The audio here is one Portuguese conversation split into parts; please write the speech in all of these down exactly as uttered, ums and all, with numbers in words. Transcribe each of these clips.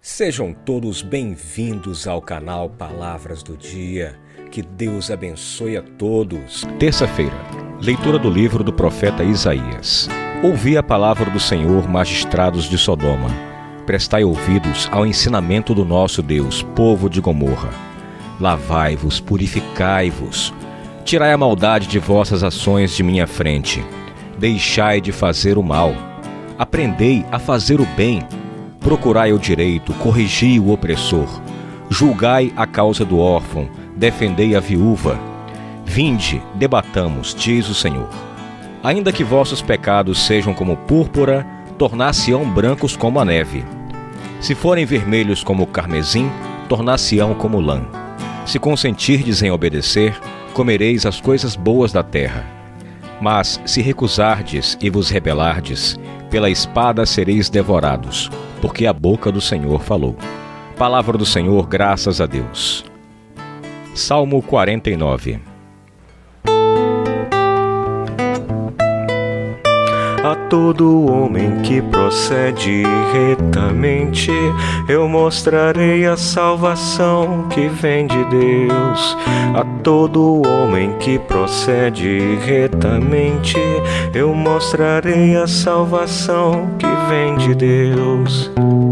Sejam todos bem-vindos ao canal Palavras do Dia. Que Deus abençoe a todos. Terça-feira, leitura do livro do profeta Isaías. Ouvi a palavra do Senhor, magistrados de Sodoma. Prestai ouvidos ao ensinamento do nosso Deus, povo de Gomorra. Lavai-vos, purificai-vos. Tirai a maldade de vossas ações de minha frente. Deixai de fazer o mal. Aprendei a fazer o bem. Procurai o direito, corrigi o opressor. Julgai a causa do órfão, defendei a viúva. Vinde, debatamos, diz o Senhor. Ainda que vossos pecados sejam como púrpura, tornar-se-ão brancos como a neve. Se forem vermelhos como o carmesim, tornar-se-ão como lã. Se consentirdes em obedecer, comereis as coisas boas da terra. Mas se recusardes e vos rebelardes, pela espada sereis devorados, porque a boca do Senhor falou. Palavra do Senhor, graças a Deus. Salmo quarenta e nove. A todo homem que procede retamente, eu mostrarei a salvação que vem de Deus. A todo homem que procede retamente, eu mostrarei a salvação que vem de Deus.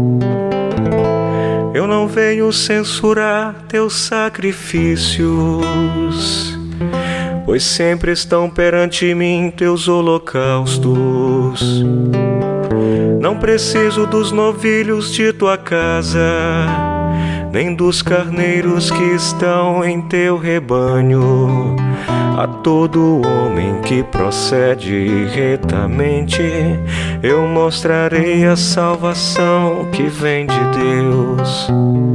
Eu não venho censurar teus sacrifícios, pois sempre estão perante mim teus holocaustos. Não preciso dos novilhos de tua casa, nem dos carneiros que estão em teu rebanho. A todo homem que procede retamente, eu mostrarei a salvação que vem de Deus.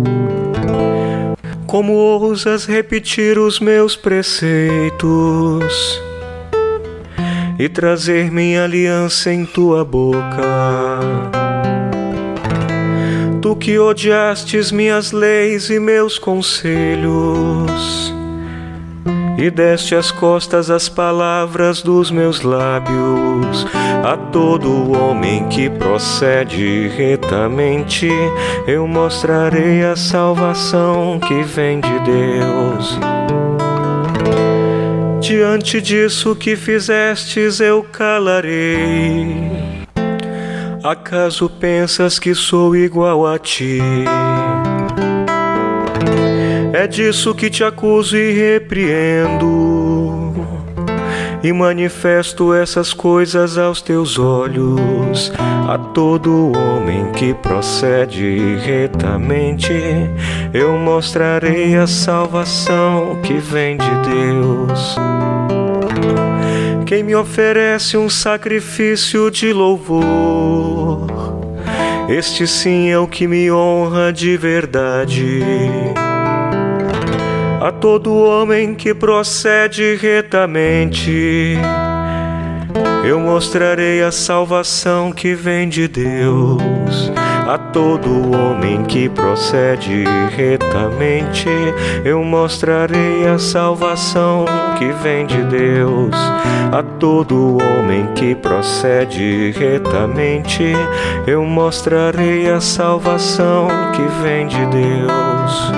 Como ousas repetir os meus preceitos e trazer minha aliança em tua boca? Tu que odiastes minhas leis e meus conselhos, e deste as costas às palavras dos meus lábios. A todo homem que procede retamente, eu mostrarei a salvação que vem de Deus. Diante disso que fizestes eu calarei. Acaso pensas que sou igual a ti? É disso que te acuso e repreendo, e manifesto essas coisas aos teus olhos. A todo homem que procede retamente, eu mostrarei a salvação que vem de Deus. Quem me oferece um sacrifício de louvor, este sim é o que me honra de verdade. A todo homem que procede retamente, eu mostrarei a salvação que vem de Deus. A todo homem que procede retamente, eu mostrarei a salvação que vem de Deus. A todo homem que procede retamente, eu mostrarei a salvação que vem de Deus.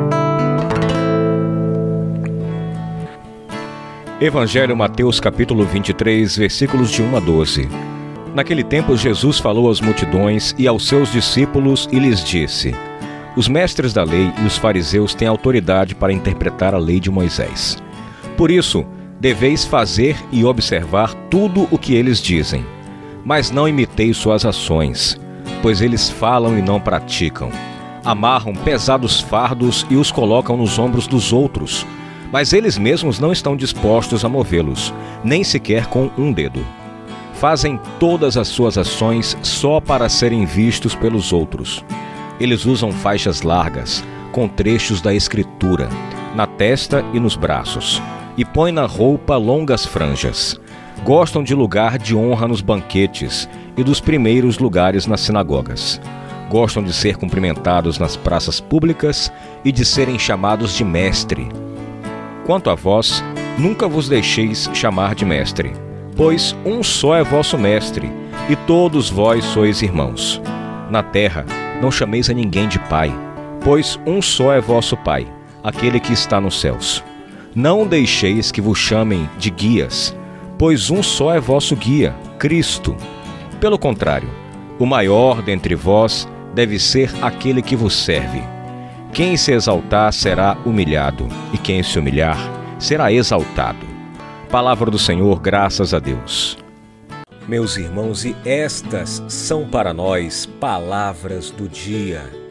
Evangelho Mateus capítulo vinte e três, versículos de um a doze. Naquele tempo Jesus falou às multidões e aos seus discípulos e lhes disse: Os mestres da lei e os fariseus têm autoridade para interpretar a lei de Moisés. Por isso, deveis fazer e observar tudo o que eles dizem. Mas não imiteis suas ações, pois eles falam e não praticam. Amarram pesados fardos e os colocam nos ombros dos outros, mas eles mesmos não estão dispostos a movê-los, nem sequer com um dedo. Fazem todas as suas ações só para serem vistos pelos outros. Eles usam faixas largas, com trechos da Escritura, na testa e nos braços, e põem na roupa longas franjas. Gostam de lugar de honra nos banquetes e dos primeiros lugares nas sinagogas. Gostam de ser cumprimentados nas praças públicas e de serem chamados de mestre. Quanto a vós, nunca vos deixeis chamar de mestre, pois um só é vosso mestre, e todos vós sois irmãos. Na terra, não chameis a ninguém de pai, pois um só é vosso Pai, aquele que está nos céus. Não deixeis que vos chamem de guias, pois um só é vosso guia, Cristo. Pelo contrário, o maior dentre vós deve ser aquele que vos serve. Quem se exaltar será humilhado, e quem se humilhar será exaltado. Palavra do Senhor, graças a Deus. Meus irmãos, e estas são para nós palavras do dia.